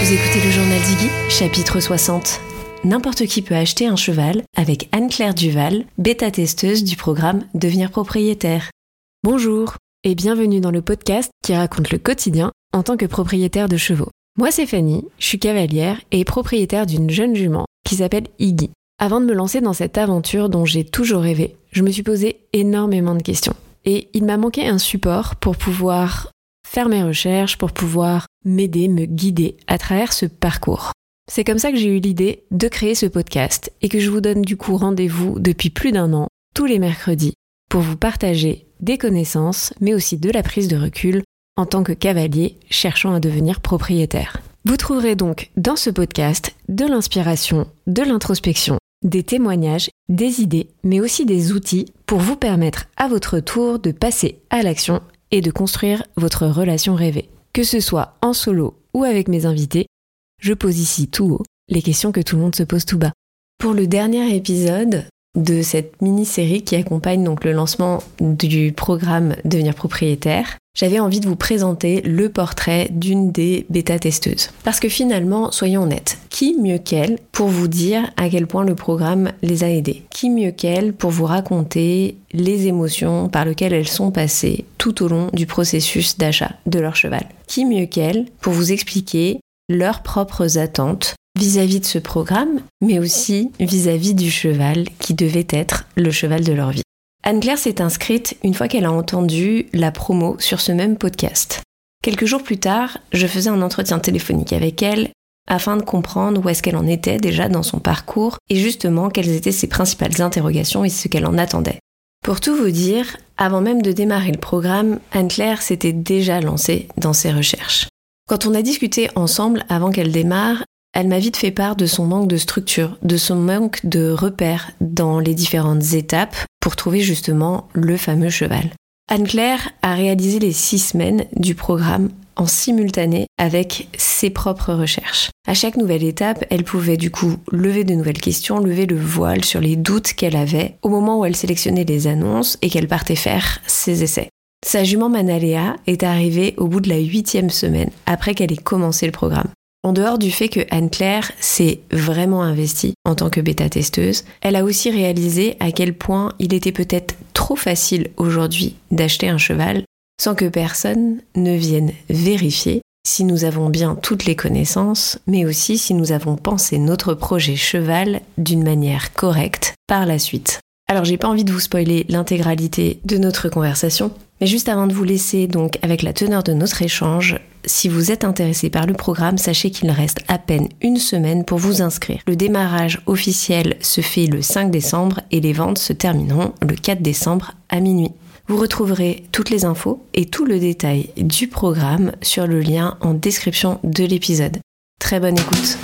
Vous écoutez le journal d'Iggy, chapitre 60. N'importe qui peut acheter un cheval avec Anne-Claire Duval, bêta-testeuse du programme Devenir propriétaire. Bonjour et bienvenue dans le podcast qui raconte le quotidien en tant que propriétaire de chevaux. Moi c'est Fanny, je suis cavalière et propriétaire d'une jeune jument qui s'appelle Iggy. Avant de me lancer dans cette aventure dont j'ai toujours rêvé, je me suis posé énormément de questions. Et il m'a manqué un support pour pouvoir faire mes recherches, pour pouvoir m'aider, me guider à travers ce parcours. C'est comme ça que j'ai eu l'idée de créer ce podcast et que je vous donne du coup rendez-vous depuis plus d'1 an, tous les mercredis, pour vous partager des connaissances, mais aussi de la prise de recul en tant que cavalier cherchant à devenir propriétaire. Vous trouverez donc dans ce podcast de l'inspiration, de l'introspection, des témoignages, des idées, mais aussi des outils pour vous permettre à votre tour de passer à l'action et de construire votre relation rêvée. Que ce soit en solo ou avec mes invités, je pose ici tout haut les questions que tout le monde se pose tout bas. Pour le dernier épisode de cette mini-série qui accompagne donc le lancement du programme Devenir propriétaire, j'avais envie de vous présenter le portrait d'une des bêta-testeuses. Parce que finalement, soyons honnêtes, qui mieux qu'elle pour vous dire à quel point le programme les a aidées? Qui mieux qu'elle pour vous raconter les émotions par lesquelles elles sont passées tout au long du processus d'achat de leur cheval? Qui mieux qu'elle pour vous expliquer leurs propres attentes vis-à-vis de ce programme, mais aussi vis-à-vis du cheval qui devait être le cheval de leur vie? Anne-Claire s'est inscrite une fois qu'elle a entendu la promo sur ce même podcast. Quelques jours plus tard, je faisais un entretien téléphonique avec elle afin de comprendre où est-ce qu'elle en était déjà dans son parcours et justement quelles étaient ses principales interrogations et ce qu'elle en attendait. Pour tout vous dire, avant même de démarrer le programme, Anne-Claire s'était déjà lancée dans ses recherches. Quand on a discuté ensemble avant qu'elle démarre, elle m'a vite fait part de son manque de structure, de son manque de repères dans les différentes étapes pour trouver justement le fameux cheval. Anne-Claire a réalisé les 6 semaines du programme en simultané avec ses propres recherches. À chaque nouvelle étape, elle pouvait du coup lever de nouvelles questions, lever le voile sur les doutes qu'elle avait au moment où elle sélectionnait les annonces et qu'elle partait faire ses essais. Sa jument Manaléa est arrivée au bout de la 8e semaine après qu'elle ait commencé le programme. En dehors du fait que Anne-Claire s'est vraiment investie en tant que bêta-testeuse, elle a aussi réalisé à quel point il était peut-être trop facile aujourd'hui d'acheter un cheval sans que personne ne vienne vérifier si nous avons bien toutes les connaissances, mais aussi si nous avons pensé notre projet cheval d'une manière correcte par la suite. Alors j'ai pas envie de vous spoiler l'intégralité de notre conversation, mais juste avant de vous laisser donc avec la teneur de notre échange, si vous êtes intéressé par le programme, sachez qu'il reste à peine 1 semaine pour vous inscrire. Le démarrage officiel se fait le 5 décembre et les ventes se termineront le 4 décembre à minuit. Vous retrouverez toutes les infos et tout le détail du programme sur le lien en description de l'épisode. Très bonne écoute.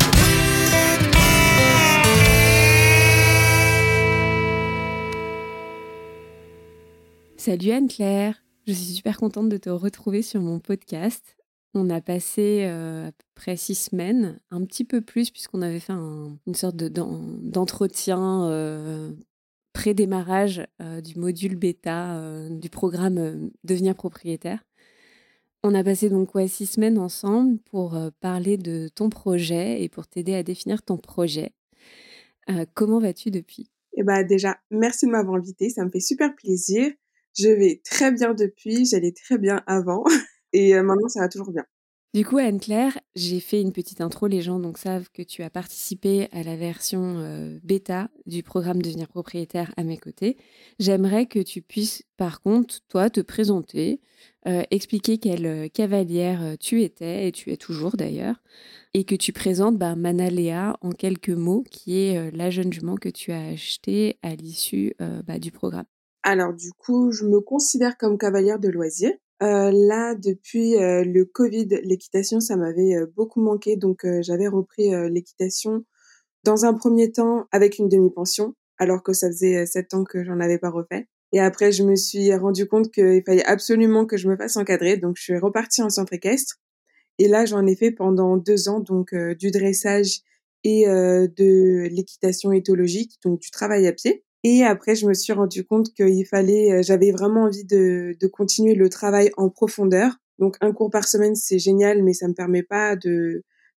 Salut Anne-Claire, je suis super contente de te retrouver sur mon podcast. On a passé à peu près 6 semaines, un petit peu plus puisqu'on avait fait une sorte d'entretien pré-démarrage du module bêta du programme Devenir propriétaire. On a passé donc 6 semaines ensemble pour parler de ton projet et pour t'aider à définir ton projet. Comment vas-tu depuis ? Déjà, merci de m'avoir invitée, ça me fait super plaisir. Je vais très bien depuis, j'allais très bien avant et maintenant ça va toujours bien. Du coup, Anne-Claire, j'ai fait une petite intro. Les gens donc savent que tu as participé à la version bêta du programme Devenir propriétaire à mes côtés. J'aimerais que tu puisses, par contre, toi, te présenter, expliquer quelle cavalière tu étais, et tu es toujours d'ailleurs, et que tu présentes Manaléa en quelques mots, qui est la jeune jument que tu as achetée à l'issue du programme. Alors du coup, je me considère comme cavalière de loisirs. Là, depuis le Covid, l'équitation, ça m'avait beaucoup manqué, donc j'avais repris l'équitation dans un premier temps avec une demi-pension, alors que ça faisait 7 ans que j'en avais pas refait. Et après, je me suis rendu compte qu'il fallait absolument que je me fasse encadrer, donc je suis repartie en centre équestre. Et là, j'en ai fait pendant 2 ans, donc du dressage et de l'équitation éthologique, donc du travail à pied. Et après, je me suis rendu compte qu'il fallait, j'avais vraiment envie de continuer le travail en profondeur. Donc, un cours par semaine, c'est génial, mais ça me permet pas de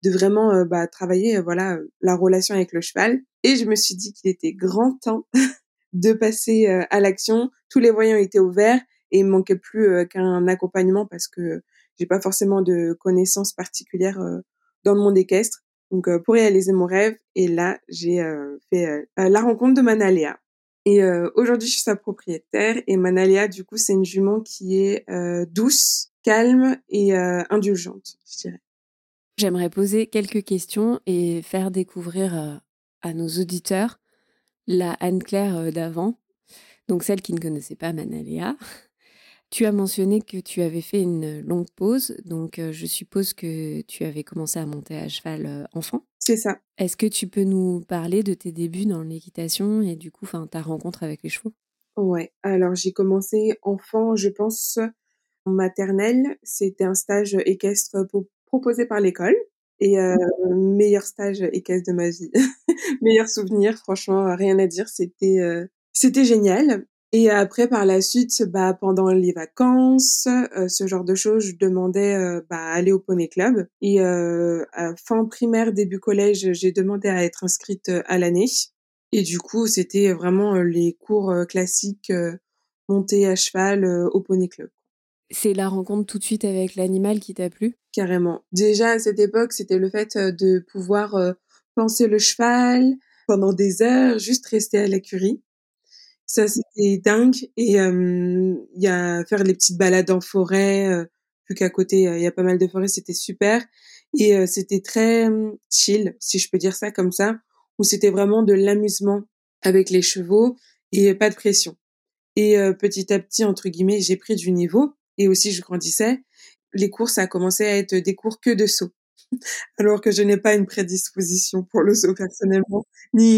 de vraiment, travailler, la relation avec le cheval et je me suis dit qu'il était grand temps de passer, à l'action. Tous les voyants étaient ouverts et il me manquait plus, qu'un accompagnement parce que j'ai pas forcément de connaissances particulières, dans le monde équestre. Donc, pour réaliser mon rêve et là, j'ai, fait, la rencontre de Manaléa et aujourd'hui, je suis sa propriétaire et Manaléa, du coup, c'est une jument qui est, douce, calme et indulgente, je dirais. J'aimerais poser quelques questions et faire découvrir à nos auditeurs la Anne-Claire d'avant, donc celle qui ne connaissait pas Manaléa. Tu as mentionné que tu avais fait une longue pause, donc je suppose que tu avais commencé à monter à cheval enfant. C'est ça. Est-ce que tu peux nous parler de tes débuts dans l'équitation et du coup, ta rencontre avec les chevaux? Ouais, alors j'ai commencé enfant, je pense, en maternelle. C'était un stage équestre proposé par l'école et meilleur stage équestre de ma vie. Meilleur souvenir, franchement, rien à dire, c'était génial et après par la suite, pendant les vacances, ce genre de choses, je demandais, aller au poney club et à fin primaire, début collège, j'ai demandé à être inscrite, à l'année et du coup, c'était vraiment, les cours, classiques, montée à cheval, au poney club. C'est la rencontre tout de suite avec l'animal qui t'a plu? Carrément. Déjà à cette époque, c'était le fait, de pouvoir, panser le cheval pendant des heures, juste rester à l'écurie. Ça, c'était dingue et il y a faire les petites balades en forêt, vu qu'à côté, il y a pas mal de forêts, c'était super et c'était très, chill, si je peux dire ça comme ça, où c'était vraiment de l'amusement avec les chevaux et pas de pression. Et petit à petit, entre guillemets, j'ai pris du niveau et aussi je grandissais. Les cours, ça a commencé à être des cours que de saut. Alors que je n'ai pas une prédisposition pour le saut personnellement, ni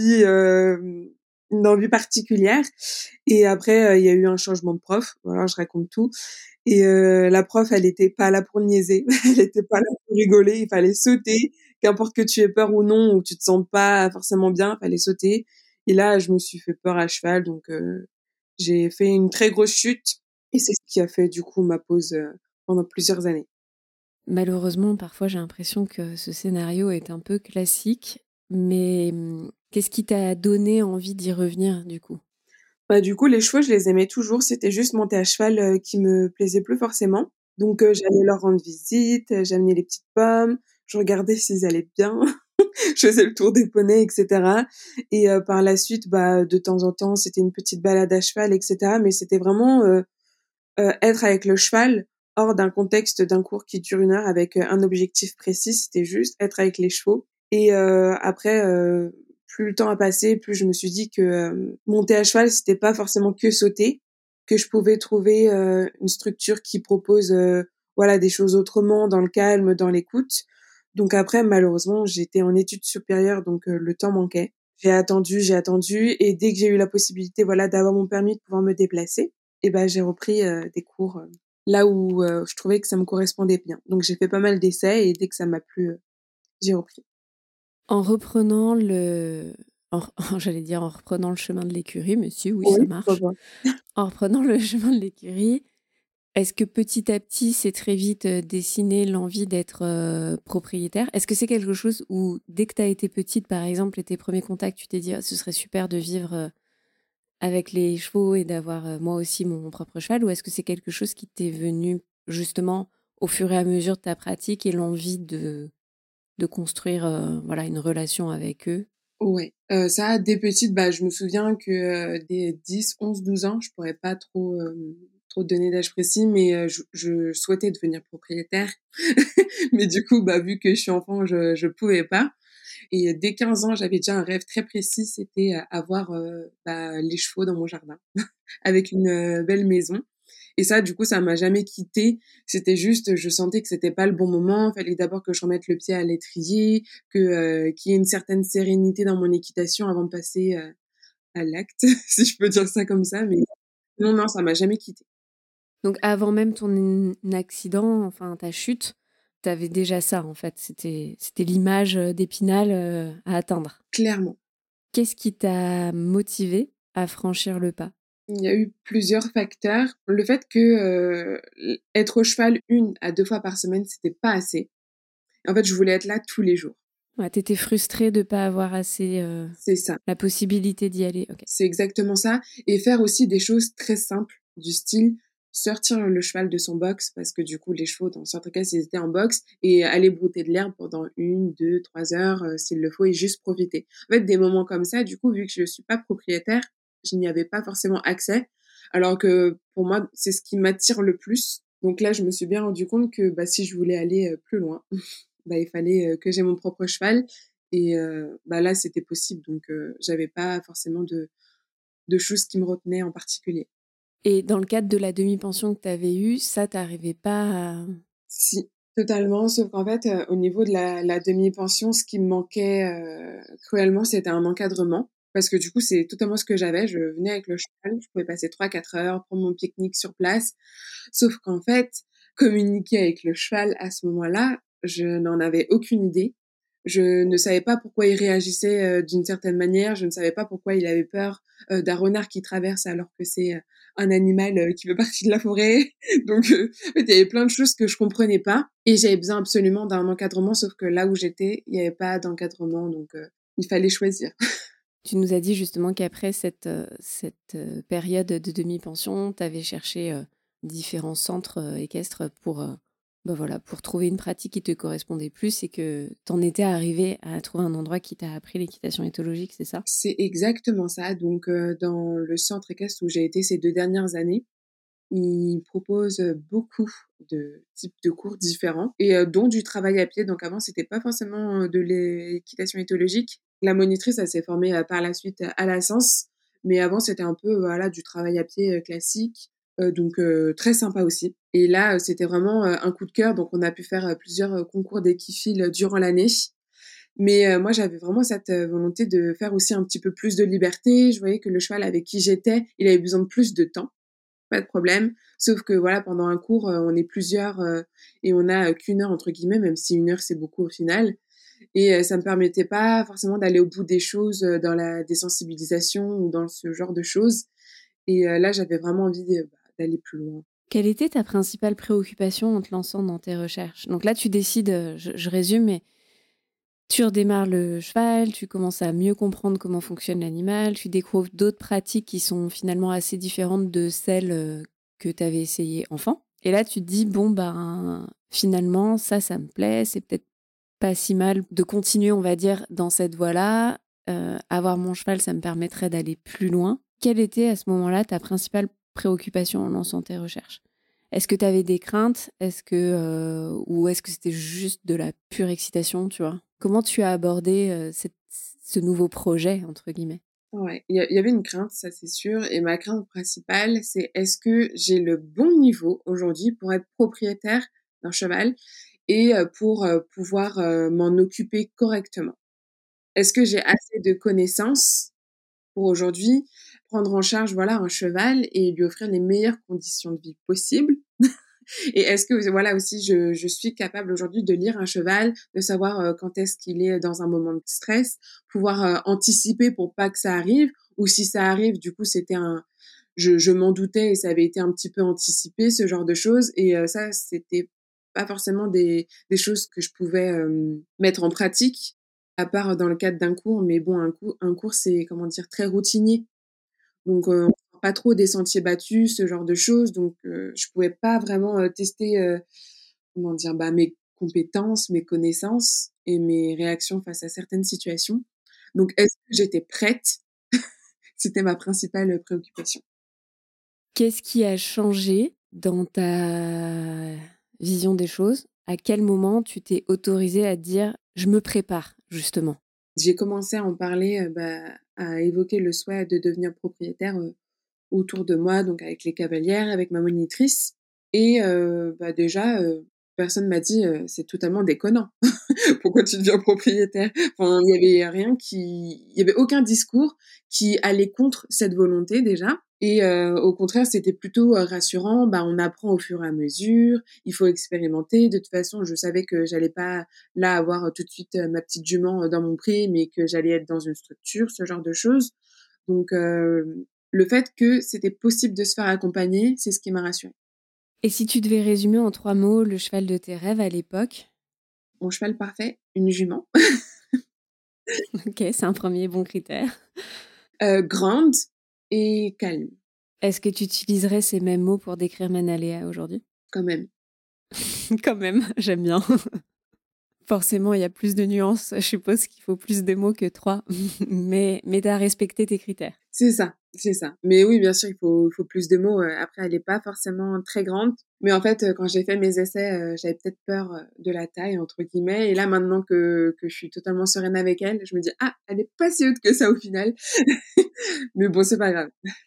une envie particulière. Et après, il y a eu un changement de prof. Voilà, je raconte tout. Et la prof, elle était pas là pour niaiser. Elle était pas là pour rigoler. Il fallait sauter, qu'importe que tu aies peur ou non, ou que tu te sentes pas forcément bien, fallait sauter. Et là, je me suis fait peur à cheval, donc j'ai fait une très grosse chute. Et c'est ce qui a fait du coup ma pause pendant plusieurs années. Malheureusement, parfois, j'ai l'impression que ce scénario est un peu classique, mais qu'est-ce qui t'a donné envie d'y revenir, du coup? Du coup, les chevaux, je les aimais toujours. C'était juste monter à cheval, qui me plaisait plus forcément. Donc, j'allais leur rendre visite, j'amenais les petites pommes, je regardais s'ils allaient bien, je faisais le tour des poneys et cetera et par la suite, de temps en temps, c'était une petite balade à cheval et cetera mais c'était vraiment, être avec le cheval hors d'un contexte d'un cours qui dure 1 heure avec, un objectif précis. C'était juste être avec les chevaux et après, plus le temps a passé, plus je me suis dit que, monter à cheval, c'était pas forcément que sauter, que je pouvais trouver, une structure qui propose, des choses autrement, dans le calme, dans l'écoute. Donc après, malheureusement, j'étais en études supérieures, donc le temps manquait. J'ai attendu et dès que j'ai eu la possibilité, d'avoir mon permis, de pouvoir me déplacer et j'ai repris, des cours, là où, je trouvais que ça me correspondait bien. Donc j'ai fait pas mal d'essais et dès que ça m'a plu, j'ai repris. En reprenant le en j'allais dire en reprenant le chemin de l'écurie, mais si, oui, ça Oui, pourquoi marche. pas. En reprenant le chemin de l'écurie, est-ce que petit à petit, c'est très vite, dessiné l'envie d'être, propriétaire? Est-ce que c'est quelque chose où, dès que tu as été petite, par exemple, et tes premiers contacts, tu t'es dit: «Ah, ce serait super de vivre, avec les chevaux et d'avoir, moi aussi mon propre cheval», ou est-ce que c'est quelque chose qui t'est venu justement au fur et à mesure de ta pratique et l'envie de construire, une relation avec eux? Ouais, ça dès petite, je me souviens que, dès 10, 11, 12 ans, je pourrais pas trop donner d'âge précis, mais je souhaitais devenir propriétaire. Mais du coup, vu que je suis enfant, je pouvais pas et dès 15 ans, j'avais déjà un rêve très précis, c'était, avoir, les chevaux dans mon jardin avec une, belle maison et ça, du coup, ça m'a jamais quittée. C'était juste, je sentais que c'était pas le bon moment. Fallait d'abord que je remette le pied à l'étrier, qu'il y ait une certaine sérénité dans mon équitation avant de passer, à l'acte, si je peux dire ça comme ça, mais non, non, ça m'a jamais quittée. Donc avant même ton accident, ta chute, tu avais déjà ça en fait, c'était l'image, d'Épinal, à atteindre. Clairement. Qu'est-ce qui t'a motivé à franchir le pas? Il y a eu plusieurs facteurs. Le fait que, être au cheval 1 à 2 fois par semaine, c'était pas assez En fait, je voulais être là tous les jours. Ouais, t'étais frustrée de pas avoir assez C'est ça. la possibilité d'y aller. Ok. C'est exactement ça. Et faire aussi des choses très simples, du style sortir le cheval de son box, parce que du coup, les chevaux, dans certains cas, ils étaient en box, et aller brouter de l'herbe pendant 1, 2, 3 heures, s'il le faut, et juste profiter. En fait, des moments comme ça, du coup, vu que je suis pas propriétaire, je n'y avais pas forcément accès, alors que pour moi, c'est ce qui m'attire le plus. Donc là, je me suis bien rendu compte que si je voulais aller plus loin, il fallait que j'ai mon propre cheval. Et là, c'était possible. Donc, j'avais pas forcément de choses qui me retenaient en particulier. Et dans le cadre de la demi-pension que tu avais eue, ça, t'arrivais pas à... Si, totalement. Sauf qu'en fait, au niveau de la demi-pension, ce qui me manquait cruellement, c'était un encadrement. Parce que du coup, c'est totalement ce que j'avais. Je venais avec le cheval, je pouvais passer 3-4 heures, prendre mon pique-nique sur place. Sauf qu'en fait, communiquer avec le cheval à ce moment-là, je n'en avais aucune idée. Je ne savais pas pourquoi il réagissait d'une certaine manière. Je ne savais pas pourquoi il avait peur d'un renard qui traverse alors que c'est un animal qui fait partie de la forêt. Donc, en fait, il y avait plein de choses que je comprenais pas. Et j'avais besoin absolument d'un encadrement, sauf que là où j'étais, il n'y avait pas d'encadrement. Donc, il fallait choisir. Tu nous as dit justement qu'après cette période de demi-pension, tu avais cherché différents centres équestres pour trouver une pratique qui te correspondait plus et que tu en étais arrivé à trouver un endroit qui t'a appris l'équitation éthologique, c'est ça? C'est exactement ça. Donc, dans le centre équestre où j'ai été ces 2 dernières années, ils proposent beaucoup de types de cours différents et dont du travail à pied. Donc avant, c'était pas forcément de l'équitation éthologique. La monitrice, elle s'est formée par la suite à la Sens, mais avant, c'était un peu du travail à pied classique. Donc très sympa aussi. Et là, c'était vraiment un coup de cœur. Donc on a pu faire plusieurs concours d'équiphiles durant l'année. Mais moi, j'avais vraiment cette volonté de faire aussi un petit peu plus de liberté. Je voyais que le cheval avec qui j'étais, il avait besoin de plus de temps. Pas de problème. Sauf que voilà, pendant un cours, on est plusieurs et on a qu'1 heure entre guillemets, même si 1 heure c'est beaucoup au final. Et ça me permettait pas forcément d'aller au bout des choses dans la désensibilisation ou dans ce genre de choses. Et là, j'avais vraiment envie d'aller plus loin. Quelle était ta principale préoccupation en te lançant dans tes recherches? Donc là, tu décides, je résume, mais tu redémarres le cheval, tu commences à mieux comprendre comment fonctionne l'animal, tu découvres d'autres pratiques qui sont finalement assez différentes de celles que tu avais essayées enfant. Et là, tu te dis, finalement, ça me plaît, c'est peut-être pas si mal de continuer, on va dire, dans cette voie-là. Avoir mon cheval, ça me permettrait d'aller plus loin. Quelle était à ce moment-là ta principale préoccupation en lançant tes recherches? Est-ce que tu avais des craintes? Ou est-ce que c'était juste de la pure excitation, tu vois? Comment tu as abordé ce nouveau projet, entre guillemets? Ouais, il y avait une crainte, ça c'est sûr. Et ma crainte principale, c'est est-ce que j'ai le bon niveau aujourd'hui pour être propriétaire d'un cheval et pour pouvoir m'en occuper correctement? Est-ce que j'ai assez de connaissances pour aujourd'hui prendre en charge, voilà, un cheval et lui offrir les meilleures conditions de vie possibles? Et est-ce que, voilà, aussi, je suis capable aujourd'hui de lire un cheval, de savoir quand est-ce qu'il est dans un moment de stress, pouvoir anticiper pour pas que ça arrive, ou si ça arrive, du coup, je m'en doutais et ça avait été un petit peu anticipé, ce genre de choses. Et ça, c'était pas forcément des choses que je pouvais mettre en pratique, à part dans le cadre d'un cours. Mais bon, un cours, c'est, comment dire, très routinier. Donc, on sort pas trop des sentiers battus, ce genre de choses. Donc, je pouvais pas vraiment tester, comment dire, mes compétences, mes connaissances et mes réactions face à certaines situations. Donc, est-ce que j'étais prête? C'était ma principale préoccupation. Qu'est-ce qui a changé dans ta vision des choses? À quel moment tu t'es autorisée à te dire: «Je me prépare», justement? J'ai commencé à en parler, à évoquer le souhait de devenir propriétaire autour de moi, donc avec les cavalières, avec ma monitrice. Et déjà, personne m'a dit c'est totalement déconnant. Pourquoi tu deviens propriétaire? Enfin, il y avait aucun discours qui allait contre cette volonté déjà. Et au contraire, c'était plutôt rassurant. On apprend au fur et à mesure. Il faut expérimenter. De toute façon, je savais que j'allais pas là avoir tout de suite ma petite jument dans mon pré, mais que j'allais être dans une structure, ce genre de choses. Donc, le fait que c'était possible de se faire accompagner, c'est ce qui m'a rassurée. Et si tu devais résumer en 3 mots le cheval de tes rêves à l'époque? Mon cheval parfait, une jument. Ok, c'est un premier bon critère. Grande et calme, Est-ce que tu utiliserais ces mêmes mots pour décrire Manaléa aujourd'hui? quand même. Quand même, j'aime bien. Forcément, il y a plus de nuances. Je suppose qu'il faut plus de mots que 3. Mais tu as respecté tes critères. C'est ça, c'est ça. Mais oui, bien sûr, il faut plus de mots. Après, elle est pas forcément très grande. Mais en fait, quand j'ai fait mes essais, j'avais peut-être peur de la taille, entre guillemets. Et là, maintenant que je suis totalement sereine avec elle, je me dis, ah, elle est pas si haute que ça au final. Mais bon, c'est pas grave.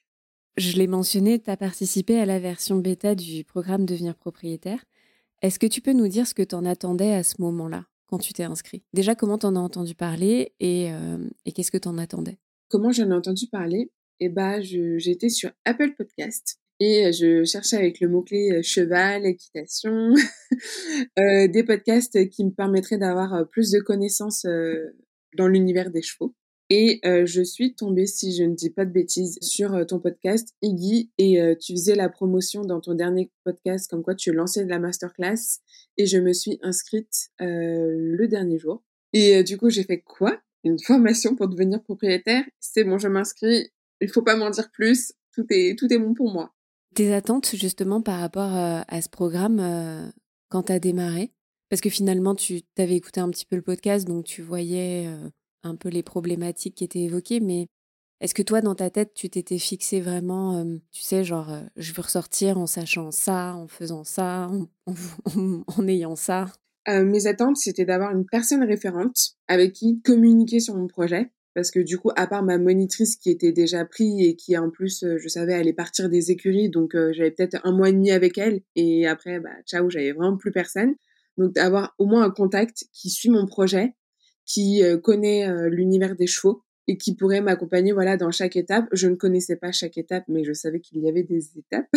Je l'ai mentionné, tu as participé à la version bêta du programme Devenir propriétaire. Est-ce que tu peux nous dire ce que tu en attendais à ce moment-là, quand tu t'es inscrit? Déjà, comment tu en as entendu parler et qu'est-ce que tu en attendais? Comment j'en ai entendu parler? Eh ben, j'étais sur Apple Podcast et je cherchais avec le mot-clé cheval, équitation, des podcasts qui me permettraient d'avoir plus de connaissances dans l'univers des chevaux. Et je suis tombée, si je ne dis pas de bêtises, sur ton podcast, Iggy, et tu faisais la promotion dans ton dernier podcast, comme quoi tu lançais de la masterclass, et je me suis inscrite le dernier jour. Et du coup, j'ai fait quoi? Une formation pour devenir propriétaire? C'est bon, je m'inscris. Il faut pas m'en dire plus. Tout est bon pour moi. Tes attentes, justement, par rapport à ce programme, quand tu as démarré? Parce que finalement, tu avais écouté un petit peu le podcast, donc tu voyais un peu les problématiques qui étaient évoquées, mais est-ce que toi, dans ta tête, tu t'étais fixé vraiment, tu sais, genre, je veux ressortir en sachant ça, en faisant ça, en ayant ça? Mes attentes, c'était d'avoir une personne référente avec qui communiquer sur mon projet. Parce que du coup, à part ma monitrice qui était déjà prise et qui en plus, je savais allait partir des écuries, donc j'avais peut-être 1 mois et demi avec elle et après, bah, ciao, j'avais vraiment plus personne. Donc d'avoir au moins un contact qui suit mon projet, qui connaît l'univers des chevaux et qui pourrait m'accompagner, voilà, dans chaque étape. Je ne connaissais pas chaque étape, mais je savais qu'il y avait des étapes.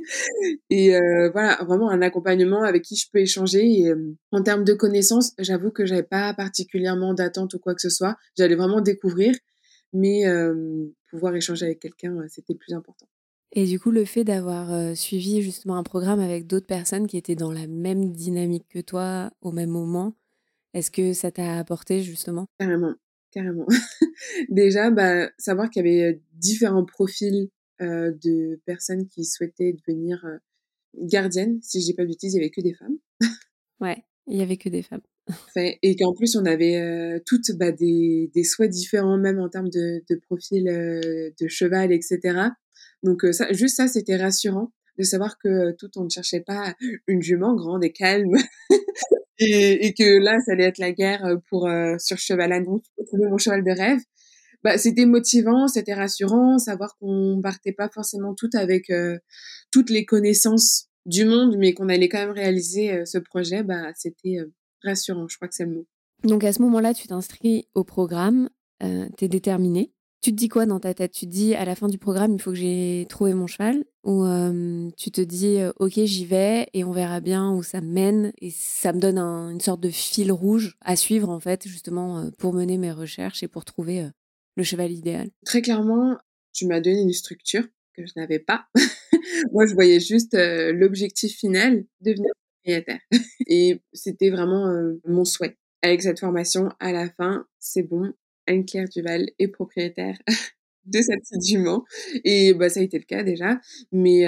Et voilà, vraiment un accompagnement avec qui je peux échanger et en termes de connaissances, j'avoue que j'avais pas particulièrement d'attente ou quoi que ce soit. J'allais vraiment découvrir, mais pouvoir échanger avec quelqu'un, c'était le plus important. Et du coup, le fait d'avoir suivi justement un programme avec d'autres personnes qui étaient dans la même dynamique que toi au même moment, est-ce que ça t'a apporté justement? Carrément, carrément. Déjà, bah, savoir qu'il y avait, différents profils, de personnes qui souhaitaient devenir, gardiennes. Si je dis pas de bêtises, il y avait que des femmes. Ouais, il y avait que des femmes. Fait et qu'en plus on avait, toutes, bah, des souhaits différents même en termes de profil, de cheval et cetera. Donc ça juste ça, c'était rassurant de savoir que, toutes on ne cherchait pas une jument grande et calme et que là, ça allait être la guerre, pour, sur cheval annonce pour trouver mon cheval de rêve. Bah, c'était motivant, c'était rassurant, savoir qu'on partait pas forcément toutes avec, toutes les connaissances du monde, mais qu'on allait quand même réaliser, ce projet, bah, c'était, rassurant, je crois que c'est le mot. Donc à ce moment-là, tu t'inscris au programme, tu es déterminée. Tu te dis quoi dans ta tête? Tu te dis à la fin du programme, il faut que j'ai trouvé mon cheval? Ou tu te dis, ok, j'y vais et on verra bien où ça me mène et ça me donne une sorte de fil rouge à suivre en fait, justement pour mener mes recherches et pour trouver le cheval idéal. Très clairement, tu m'as donné une structure que je n'avais pas. Moi, je voyais juste, l'objectif final, devenir propriétaire et c'était vraiment, mon souhait. Avec cette formation, à la fin, c'est bon, Anne-Claire Duval est propriétaire de sa petite jument et bah, ça a été le cas déjà. Mais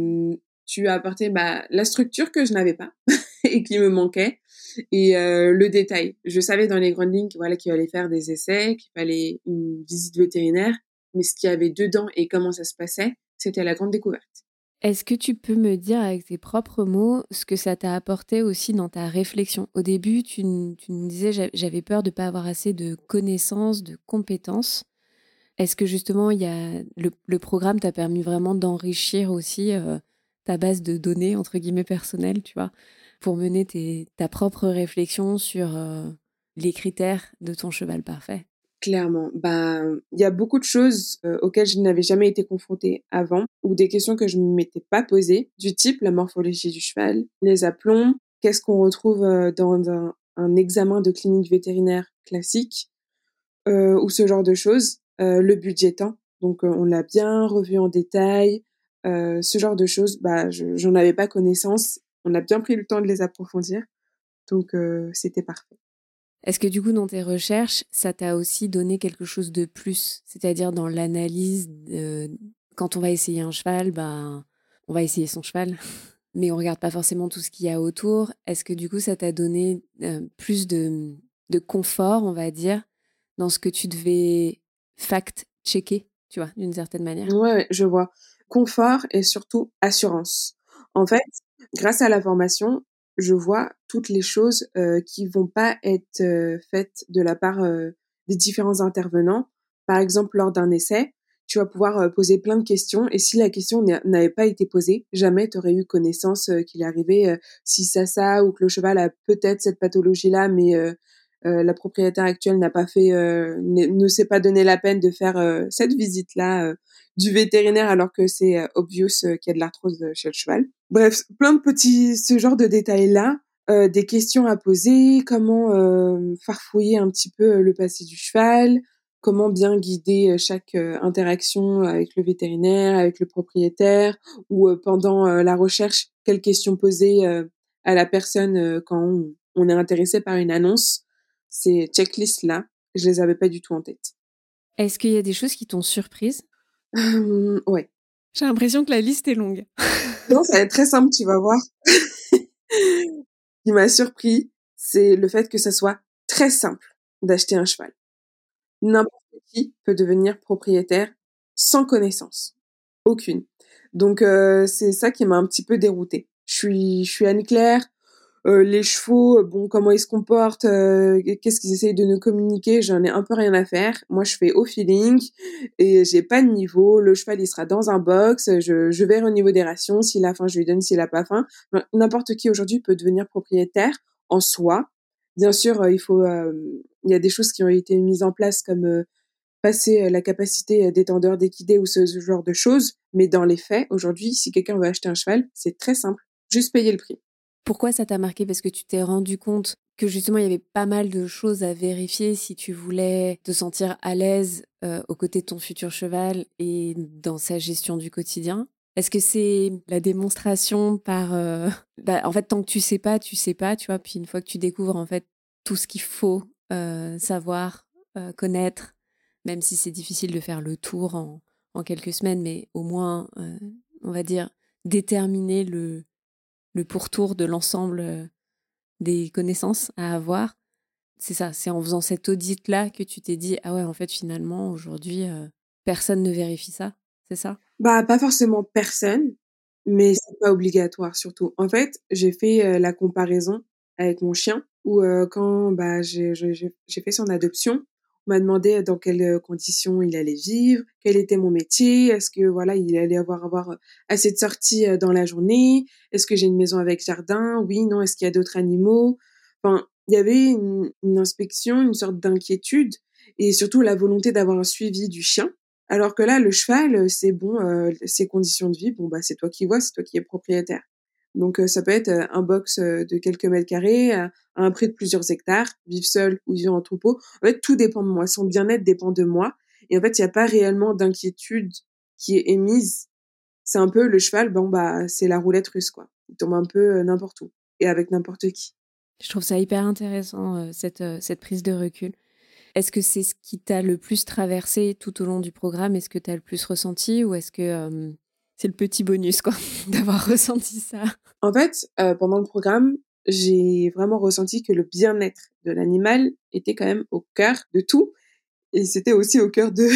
tu as apporté, bah, la structure que je n'avais pas et qui me manquait et le détail. Je savais dans les grandes lignes, voilà, qu'il fallait faire des essais, qu'il fallait une visite vétérinaire, mais ce qu'il y avait dedans et comment ça se passait, c'était la grande découverte. Est-ce que tu peux me dire avec tes propres mots ce que ça t'a apporté aussi dans ta réflexion? Au début, tu me disais j'avais peur de ne pas avoir assez de connaissances, de compétences. Est-ce que justement il y a le programme t'a permis vraiment d'enrichir aussi ta base de données entre guillemets personnelles, tu vois, pour mener ta propre réflexion sur les critères de ton cheval parfait? Clairement, bah, il y a beaucoup de choses, auxquelles je n'avais jamais été confrontée avant ou des questions que je ne m'étais pas posées, du type la morphologie du cheval, les aplombs, qu'est-ce qu'on retrouve, dans un examen de clinique vétérinaire classique, ou ce genre de choses, le budget temps, donc on l'a bien revu en détail, ce genre de choses, bah, j'en avais pas connaissance. On a bien pris le temps de les approfondir. Donc c'était parfait. Est-ce que du coup, dans tes recherches, ça t'a aussi donné quelque chose de plus? C'est-à-dire dans l'analyse, quand on va essayer un cheval, ben, on va essayer son cheval, mais on regarde pas forcément tout ce qu'il y a autour. Est-ce que du coup, ça t'a donné plus de confort, on va dire, dans ce que tu devais fact-checker, tu vois, d'une certaine manière? Ouais, je vois. Confort et surtout assurance. En fait, grâce à la formation, je vois toutes les choses, qui vont pas être, faites de la part, des différents intervenants. Par exemple, lors d'un essai, tu vas pouvoir, poser plein de questions et si la question n'avait pas été posée, jamais tu aurais eu connaissance, qu'il est arrivé, ci, ça ou que le cheval a peut-être cette pathologie-là, mais la propriétaire actuelle n'a pas fait, ne s'est pas donné la peine de faire, cette visite-là, du vétérinaire alors que c'est, obvious, qu'il y a de l'arthrose, chez le cheval. Bref, plein de petits ce genre de détails-là, des questions à poser, comment, farfouiller un petit peu, le passé du cheval, comment bien guider, chaque, interaction avec le vétérinaire, avec le propriétaire ou, pendant, la recherche, quelles questions poser, à la personne, quand on est intéressé par une annonce. Ces checklists-là, je les avais pas du tout en tête. Est-ce qu'il y a des choses qui t'ont surprise? Ouais. J'ai l'impression que la liste est longue. Non, ça va être très simple, tu vas voir. Ce qui m'a surpris, c'est le fait que ça soit très simple d'acheter un cheval. N'importe qui peut devenir propriétaire sans connaissance, aucune. Donc c'est ça qui m'a un petit peu déroutée. Je suis Anne-Claire. Les chevaux, bon, comment ils se comportent, qu'est-ce qu'ils essayent de nous communiquer, j'en ai un peu rien à faire. Moi, je fais au feeling et j'ai pas de niveau. Le cheval, il sera dans un box, je verrai au niveau des rations. S'il a faim, je lui donne, s'il a pas faim. Enfin, n'importe qui aujourd'hui peut devenir propriétaire en soi. Bien sûr, il y a des choses qui ont été mises en place comme, passer, la capacité, d'étendeur d'équidés ou ce genre de choses. Mais dans les faits, aujourd'hui, si quelqu'un veut acheter un cheval, c'est très simple, juste payer le prix. Pourquoi ça t'a marqué? Parce que tu t'es rendu compte que justement il y avait pas mal de choses à vérifier si tu voulais te sentir à l'aise aux côtés de ton futur cheval et dans sa gestion du quotidien. Est-ce que c'est la démonstration par en fait tant que tu sais pas, tu vois, puis une fois que tu découvres en fait tout ce qu'il faut savoir, connaître, même si c'est difficile de faire le tour en quelques semaines, mais au moins on va dire déterminer le pourtour de l'ensemble des connaissances à avoir. C'est ça, c'est en faisant cet audit-là que tu t'es dit, ah ouais, en fait, finalement, aujourd'hui, personne ne vérifie ça, c'est ça? Bah, pas forcément personne, mais c'est pas obligatoire surtout. En fait, j'ai fait, la comparaison avec mon chien où, quand, bah, j'ai fait son adoption, on m'a demandé dans quelles, conditions il allait vivre, quel était mon métier, est-ce que voilà, il allait avoir, assez de sorties, dans la journée? Est-ce que j'ai une maison avec jardin? Oui, non, est-ce qu'il y a d'autres animaux? Enfin, il y avait une inspection, une sorte d'inquiétude et surtout la volonté d'avoir un suivi du chien. Alors que là, le cheval, c'est bon, ses conditions de vie, bon, bah, c'est toi qui vois, c'est toi qui es propriétaire. Donc ça peut être, un box, de quelques mètres carrés, à un prix de plusieurs hectares, vivre seul ou vivre en troupeau. En fait, tout dépend de moi. Son bien-être dépend de moi et en fait, il y a pas réellement d'inquiétude qui est émise. C'est un peu le cheval, bon, bah, c'est la roulette russe, quoi. Il tombe un peu, n'importe où et avec n'importe qui. Je trouve ça hyper intéressant, cette prise de recul. Est-ce que c'est ce qui t'a le plus traversé tout au long du programme? Est-ce que tu as le plus ressenti ou est-ce que c'est le petit bonus, quoi, d'avoir ressenti ça? En fait, pendant le programme, j'ai vraiment ressenti que le bien-être de l'animal était quand même au cœur de tout et c'était aussi au cœur de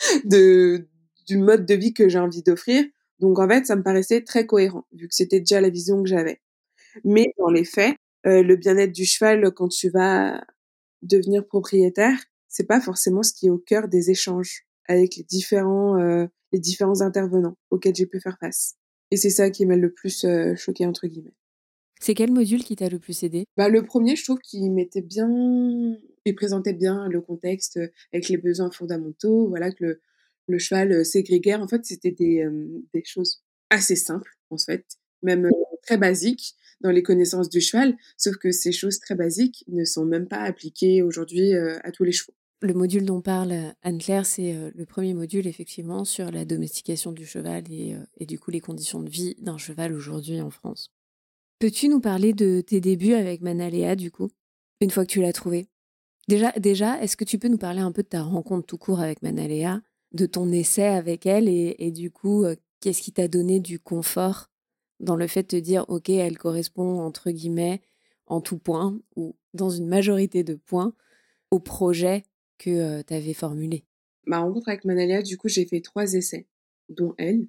de du mode de vie que j'ai envie d'offrir. Donc en fait, ça me paraissait très cohérent, vu que c'était déjà la vision que j'avais. Mais dans les faits, le bien-être du cheval quand tu vas devenir propriétaire, c'est pas forcément ce qui est au cœur des échanges avec les différents intervenants auxquels j'ai pu faire face. Et c'est ça qui m'a le plus, «choquée» entre guillemets. C'est quel module qui t'a le plus aidé? Bah, le premier je trouve qu'il mettait bien il présentait bien le contexte, avec les besoins fondamentaux, voilà, que le cheval, c'est grégaire. En fait, c'était des choses assez simples, en fait, même, très basiques dans les connaissances du cheval, sauf que ces choses très basiques ne sont même pas appliquées aujourd'hui, à tous les chevaux. Le module dont parle Anne-Claire, c'est le premier module effectivement sur la domestication du cheval et du coup les conditions de vie d'un cheval aujourd'hui en France. Peux-tu nous parler de tes débuts avec Manaléa, du coup, une fois que tu l'as trouvée? Déjà, est-ce que tu peux nous parler un peu de ta rencontre tout court avec Manaléa, de ton essai avec elle et du coup, qu'est-ce qui t'a donné du confort dans le fait de te dire: «OK, elle correspond entre guillemets, en tout point ou dans une majorité de points, au projet que, tu avais formulé»? Ma rencontre avec Manalia, du coup, j'ai fait 3 essais, dont elle.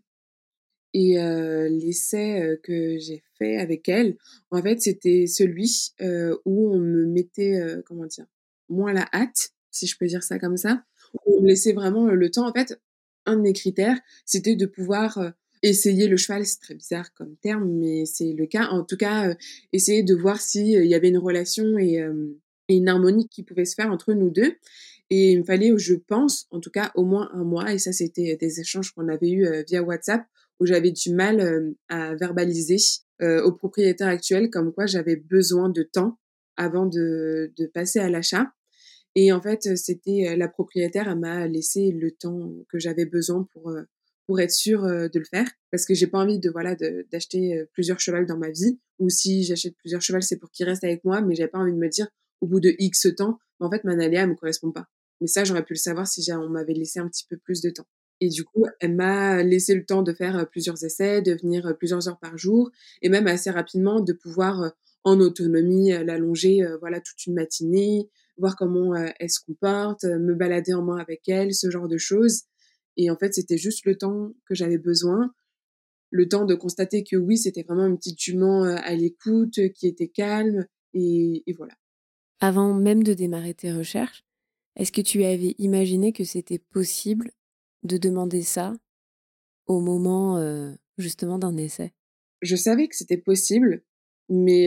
Et l'essai, que j'ai fait avec elle, en fait, c'était celui, où on me mettait, comment dire? Moins la hâte, si je peux dire ça comme ça. On me laissait vraiment, le temps. En fait, un de mes critères, c'était de pouvoir, essayer le cheval. C'est très bizarre comme terme, mais c'est le cas. En tout cas, essayer de voir si, il y avait une relation et une harmonie qui pouvait se faire entre nous 2. Et il me fallait, je pense, en tout cas, au moins 1 mois et ça, c'était des échanges qu'on avait eus, via WhatsApp où j'avais du mal, à verbaliser, au propriétaire actuel comme quoi j'avais besoin de temps avant de passer à l'achat et en fait, c'était, la propriétaire, elle m'a laissé le temps que j'avais besoin pour être sûre, de le faire. Parce que j'ai pas envie de voilà, d'acheter, plusieurs chevals dans ma vie ou si j'achète plusieurs chevals, c'est pour qu'ils restent avec moi, mais j'avais pas envie de me dire au bout de X temps: «Bah, en fait, Manaléa, elle me correspond pas». Mais ça, j'aurais pu le savoir si on m'avait laissé un petit peu plus de temps. Et du coup, elle m'a laissé le temps de faire, plusieurs essais, de venir, plusieurs heures par jour et même assez rapidement de pouvoir, en autonomie, l'allonger, voilà, toute une matinée, voir comment, elle se comporte, me balader en main avec elle, ce genre de choses et en fait, c'était juste le temps que j'avais besoin, le temps de constater que oui, c'était vraiment une petite jument, à l'écoute, qui était calme et voilà. Avant même de démarrer tes recherches, est-ce que tu avais imaginé que c'était possible de demander ça au moment, justement d'un essai? Je savais que c'était possible, mais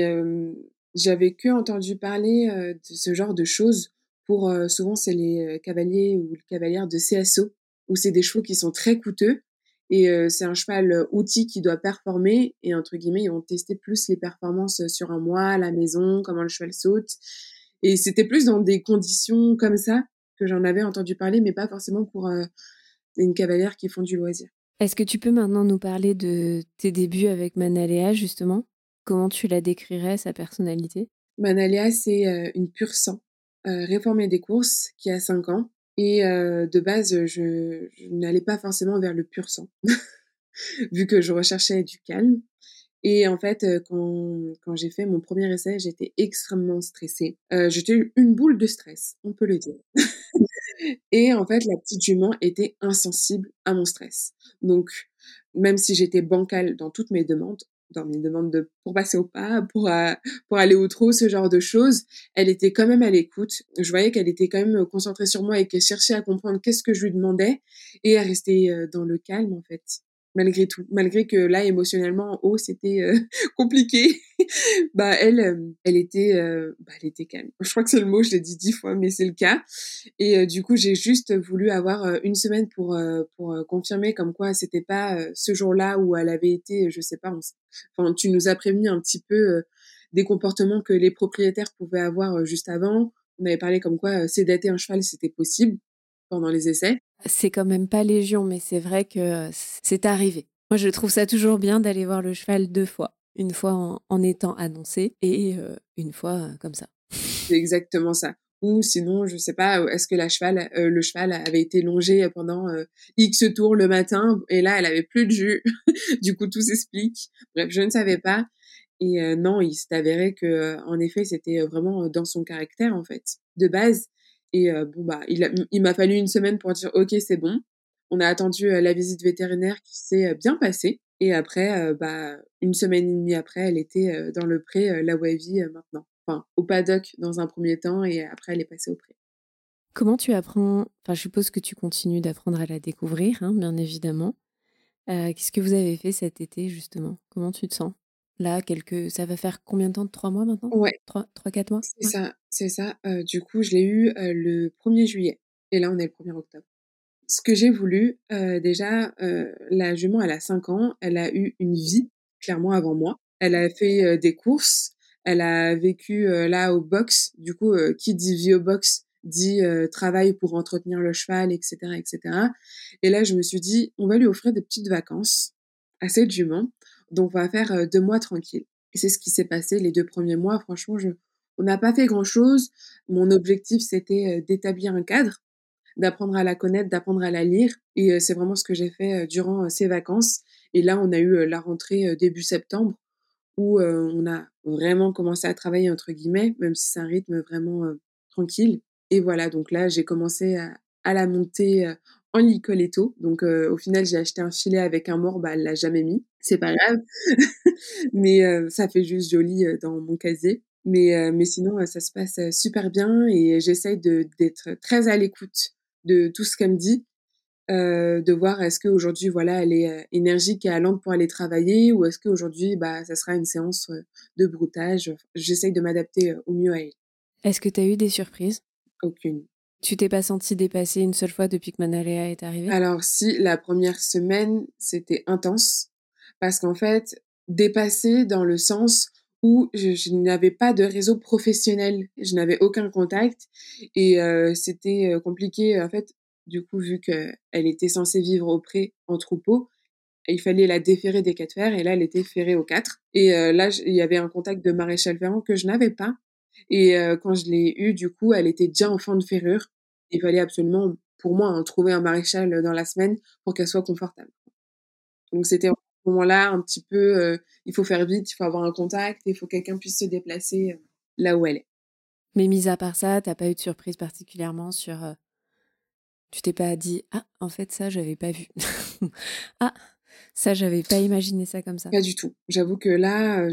j'avais qu'entendu parler, de ce genre de choses pour, souvent c'est les, cavaliers ou les cavalières de CSO, où c'est des chevaux qui sont très coûteux et c'est un cheval, outil qui doit performer et entre guillemets, ils vont tester plus les performances, sur un mois, à la maison, comment le cheval saute et c'était plus dans des conditions comme ça que j'en avais entendu parler, mais pas forcément pour, une cavalière qui font du loisir. Est-ce que tu peux maintenant nous parler de tes débuts avec Manaléa, justement? Comment tu la décrirais, sa personnalité? Manalia, c'est, une pure sang, réformée des courses qui a 5 ans et de base, je n'allais pas forcément vers le pur sang, vu que je recherchais du calme et en fait, quand j'ai fait mon premier essai, j'étais extrêmement stressée. J'étais une boule de stress, on peut le dire. Et en fait, la petite jument était insensible à mon stress. Donc, même si j'étais bancale dans mes demandes de pour passer au pas, pour aller au trot, ce genre de choses, elle était quand même à l'écoute. Je voyais qu'elle était quand même, concentrée sur moi et qu'elle cherchait à comprendre qu'est-ce que je lui demandais et à rester, dans le calme, en fait, malgré tout. Malgré que là, émotionnellement, en haut, c'était, compliqué. Bah, elle, elle était calme. Je crois que c'est le mot, je l'ai dit 10 fois, mais c'est le cas et du coup, j'ai juste voulu avoir, 1 semaine pour, confirmer comme quoi c'était pas, ce jour-là où elle avait été, je sais pas, enfin, tu nous as prévenu un petit peu, des comportements que les propriétaires pouvaient avoir, juste avant. On avait parlé comme quoi, sédater un cheval, c'était possible pendant les essais. C'est quand même pas légion, mais c'est vrai que c'est arrivé. Moi, je trouve ça toujours bien d'aller voir le cheval 2 fois. Une fois en étant annoncé et une fois, comme ça. C'est exactement ça. Ou sinon, je sais pas, est-ce que le cheval avait été longé pendant, X tours le matin et là, elle avait plus de jus. Du coup, tout s'explique. Bref, je ne savais pas et non, il s'est avéré que, en effet, c'était, vraiment, dans son caractère, en fait, de base et bon, bah, il m'a fallu 1 semaine pour dire: «OK, c'est bon». On a attendu, la visite vétérinaire qui s'est, bien passée et après, bah, 1 semaine et demie après, elle était, dans le pré, là où elle vit, maintenant. Enfin, au paddock dans un premier temps et après elle est passée au pré. Comment tu apprends enfin, je suppose que tu continues d'apprendre à la découvrir, hein, bien évidemment. Qu'est-ce que vous avez fait cet été, justement? Comment tu te sens? Là, ça va faire combien de temps? 3 mois maintenant? Ouais, 3-4 mois? c'est Ouais. ça, c'est ça. Du coup, je l'ai eu, le 1er juillet et là, on est le 1er octobre. Ce que j'ai voulu, déjà, la jument, elle a 5 ans, elle a eu une vie, clairement, avant moi. Elle a fait, des courses, elle a vécu, là, au box. Du coup, qui dit vie au box dit, travail pour entretenir le cheval et cetera et cetera et là, je me suis dit: «On va lui offrir des petites vacances à cette jument, donc on va faire, 2 mois tranquilles». Et c'est ce qui s'est passé les 2 premiers mois. Franchement, on n'a pas fait grand-chose. Mon objectif, c'était, d'établir un cadre, d'apprendre à la connaître, d'apprendre à la lire et c'est vraiment ce que j'ai fait, durant, ces vacances et là, on a eu, la rentrée, début septembre où, on a vraiment commencé à «travailler» entre guillemets, même si c'est un rythme vraiment, tranquille et voilà, donc là, j'ai commencé à la monter, en Licoletto donc au final, j'ai acheté un filet avec un mort, bah, elle l'a jamais mis, c'est pas grave, mais ça fait juste joli, dans mon casier, mais sinon, ça se passe, super bien et j'essaye d'être très à l'écoute de tout ce qu'elle me dit, de voir est-ce qu'aujourd'hui, voilà, elle est, énergique et allante pour aller travailler ou est-ce qu'aujourd'hui, bah, ça sera une séance, de broutage. J'essaye de m'adapter, au mieux à elle. Est-ce que tu as eu des surprises? Aucune. Tu t'es pas sentie dépassée une seule fois depuis que Manaléa est arrivée? Alors si, la première semaine, c'était intense parce qu'en fait, dépassée dans le sens où je n'avais pas de réseau professionnel. Je n'avais aucun contact et c'était, compliqué, en fait, du coup, vu qu'elle était censée vivre au pré en troupeau, il fallait la déférer des 4 fers et là, elle était ferrée aux 4 et là, il y avait un contact de maréchal ferrant que je n'avais pas et quand je l'ai eue, du coup, elle était déjà en fin de ferrure. Il fallait absolument, pour moi, hein, trouver un maréchal, dans la semaine pour qu'elle soit confortable. Donc c'était à ce moment-là un petit peu, il faut faire vite, il faut avoir un contact, il faut que quelqu'un puisse se déplacer, là où elle est. Mais mis à part ça, t'as pas eu de surprise particulièrement sur, tu t'es pas dit: «Ah, en fait, ça, j'avais pas vu». «Ah, ça, j'avais pas imaginé ça comme ça». Pas du tout. J'avoue que là,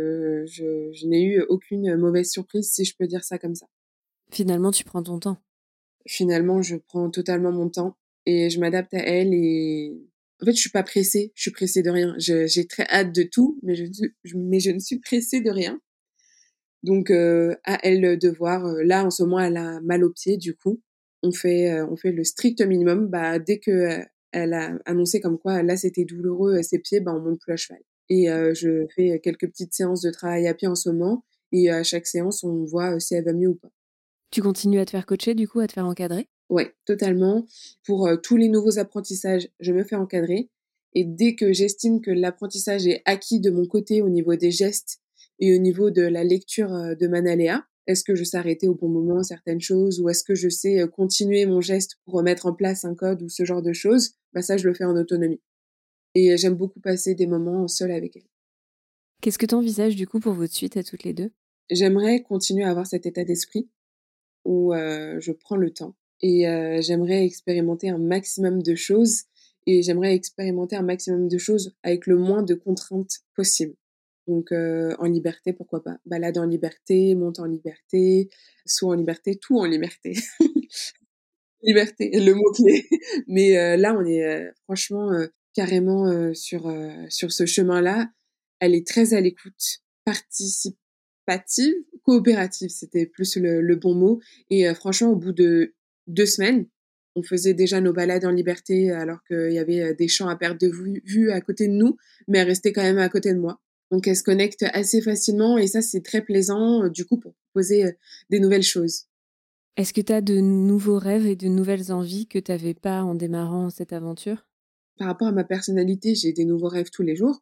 je n'ai eu aucune mauvaise surprise, si je peux dire ça comme ça. Finalement, tu prends ton temps. Finalement, je prends totalement mon temps et je m'adapte à elle et en fait, je suis pas pressée, je suis pressée de rien. J'ai très hâte de tout, mais je ne suis pressée de rien. Donc à elle de voir, là, en ce moment, elle a mal aux pieds, du coup. On fait le strict minimum. Bah, dès que, elle a annoncé comme quoi, là, c'était douloureux, ses pieds, bah, on monte plus à cheval et je fais quelques petites séances de travail à pied en ce moment et à chaque séance, on voit, si elle va mieux ou pas. Tu continues à te faire coacher, du coup, à te faire encadrer? Ouais, totalement. Pour, tous les nouveaux apprentissages, je me fais encadrer et dès que j'estime que l'apprentissage est acquis de mon côté au niveau des gestes et au niveau de la lecture, de Manaléa, est-ce que je sais arrêter au bon moment certaines choses ou est-ce que je sais, continuer mon geste pour remettre en place un code ou ce genre de choses? Bah, ça, je le fais en autonomie et j'aime beaucoup passer des moments seule avec elle. Qu'est-ce que tu envisages, du coup, pour votre suite à toutes les 2? J'aimerais continuer à avoir cet état d'esprit où, je prends le temps et j'aimerais expérimenter un maximum de choses et j'aimerais expérimenter un maximum de choses avec le moins de contraintes possible. Donc en liberté, pourquoi pas? Balade en liberté, monte en liberté, saut en liberté, tout en liberté. Liberté, le mot-clé. Mais là, on est, franchement, carrément, sur ce chemin-là. Elle est très à l'écoute, participative, coopérative, c'était plus le bon mot et franchement, au bout de 2 semaines, on faisait déjà nos balades en liberté alors qu'il y avait, des champs à perte de vue à côté de nous, mais elle restait quand même à côté de moi. Donc elle se connecte assez facilement et ça, c'est très plaisant, du coup, pour proposer, des nouvelles choses. Est-ce que tu as de nouveaux rêves et de nouvelles envies que tu avais pas en démarrant cette aventure? Par rapport à ma personnalité, j'ai des nouveaux rêves tous les jours.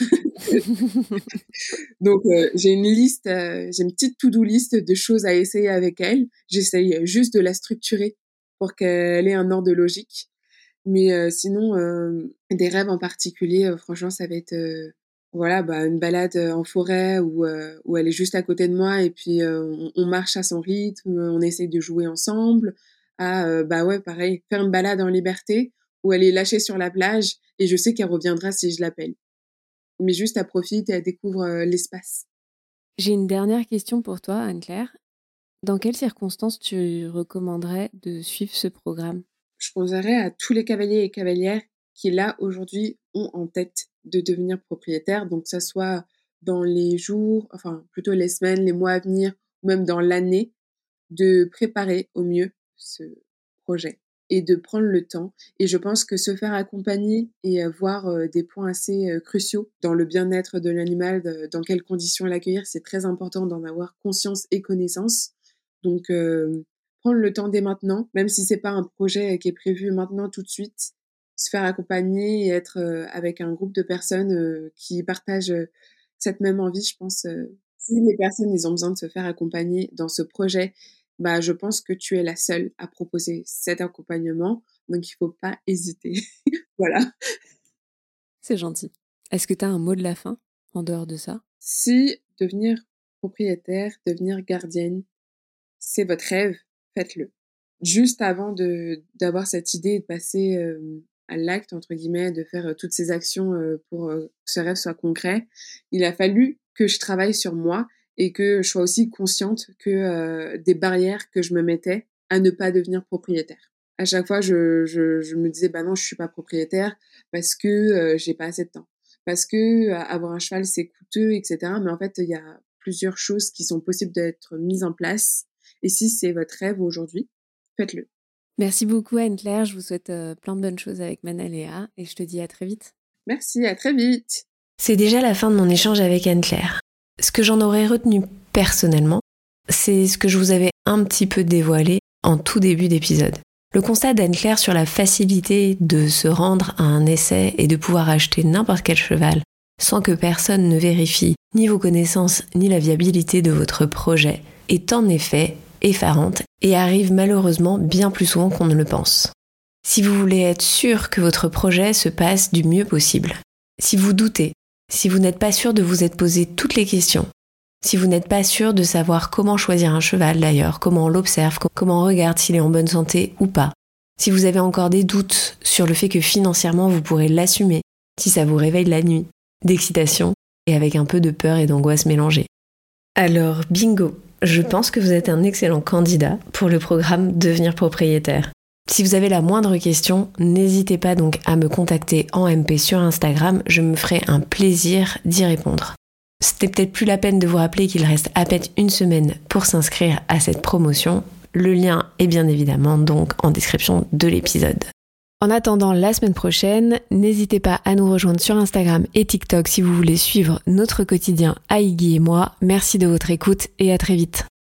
Donc j'ai une petite to-do list de choses à essayer avec elle. J'essaye juste de la structurer pour qu'elle ait un ordre logique. Mais sinon, des rêves en particulier, franchement, ça va être, voilà, bah, une balade, en forêt où elle est juste à côté de moi et puis, on marche à son rythme, on essaye de jouer ensemble. Bah, ouais, pareil, faire une balade en liberté où elle est lâchée sur la plage et je sais qu'elle reviendra si je l'appelle. Mais juste, elle profite et elle découvre, l'espace. J'ai une dernière question pour toi, Anne-Claire. Dans quelles circonstances tu recommanderais de suivre ce programme? Je conseillerais à tous les cavaliers et cavalières qui, là, aujourd'hui, ont en tête de devenir propriétaires, donc que ça soit dans les jours, enfin, plutôt les semaines, les mois à venir ou même dans l'année, de préparer au mieux ce projet et de prendre le temps et je pense que se faire accompagner et voir, des points assez, cruciaux dans le bien-être de l'animal, dans quelles conditions l'accueillir, c'est très important d'en avoir conscience et connaissance. Donc prendre le temps dès maintenant, même si c'est pas un projet qui est prévu maintenant tout de suite, se faire accompagner et être, avec un groupe de personnes, qui partagent, cette même envie, je pense. Si les personnes, ils ont besoin de se faire accompagner dans ce projet, bah, je pense que tu es la seule à proposer cet accompagnement, donc il faut pas hésiter. Voilà. C'est gentil. Est-ce que tu as un mot de la fin en dehors de ça? Si devenir propriétaire, devenir gardienne, c'est votre rêve, faites-le. Juste avant d'avoir cette idée et de passer à l'acte, entre guillemets, de faire toutes ces actions pour que ce rêve soit concret, il a fallu que je travaille sur moi et que je sois aussi consciente que des barrières que je me mettais à ne pas devenir propriétaire. À chaque fois, je me disais, bah non, je suis pas propriétaire parce que j'ai pas assez de temps. Parce que avoir un cheval, c'est coûteux, etc. Mais en fait, il y a plusieurs choses qui sont possibles d'être mises en place. Et si c'est votre rêve aujourd'hui, faites-le. Merci beaucoup Anne-Claire, je vous souhaite plein de bonnes choses avec Manaléa et je te dis à très vite. Merci, à très vite. C'est déjà la fin de mon échange avec Anne-Claire. Ce que j'en aurais retenu personnellement, c'est ce que je vous avais un petit peu dévoilé en tout début d'épisode. Le constat d'Anne-Claire sur la facilité de se rendre à un essai et de pouvoir acheter n'importe quel cheval sans que personne ne vérifie ni vos connaissances ni la viabilité de votre projet est en effet effarante et arrive malheureusement bien plus souvent qu'on ne le pense. Si vous voulez être sûr que votre projet se passe du mieux possible, si vous doutez, si vous n'êtes pas sûr de vous être posé toutes les questions, si vous n'êtes pas sûr de savoir comment choisir un cheval d'ailleurs, comment on l'observe, comment on regarde s'il est en bonne santé ou pas, si vous avez encore des doutes sur le fait que financièrement vous pourrez l'assumer, si ça vous réveille la nuit, d'excitation et avec un peu de peur et d'angoisse mélangées. Alors bingo, je pense que vous êtes un excellent candidat pour le programme Devenir propriétaire. Si vous avez la moindre question, n'hésitez pas donc à me contacter en MP sur Instagram, je me ferai un plaisir d'y répondre. C'était peut-être plus la peine de vous rappeler qu'il reste à peine une semaine pour s'inscrire à cette promotion. Le lien est bien évidemment donc en description de l'épisode. En attendant la semaine prochaine, n'hésitez pas à nous rejoindre sur Instagram et TikTok si vous voulez suivre notre quotidien à Iggy et moi. Merci de votre écoute et à très vite.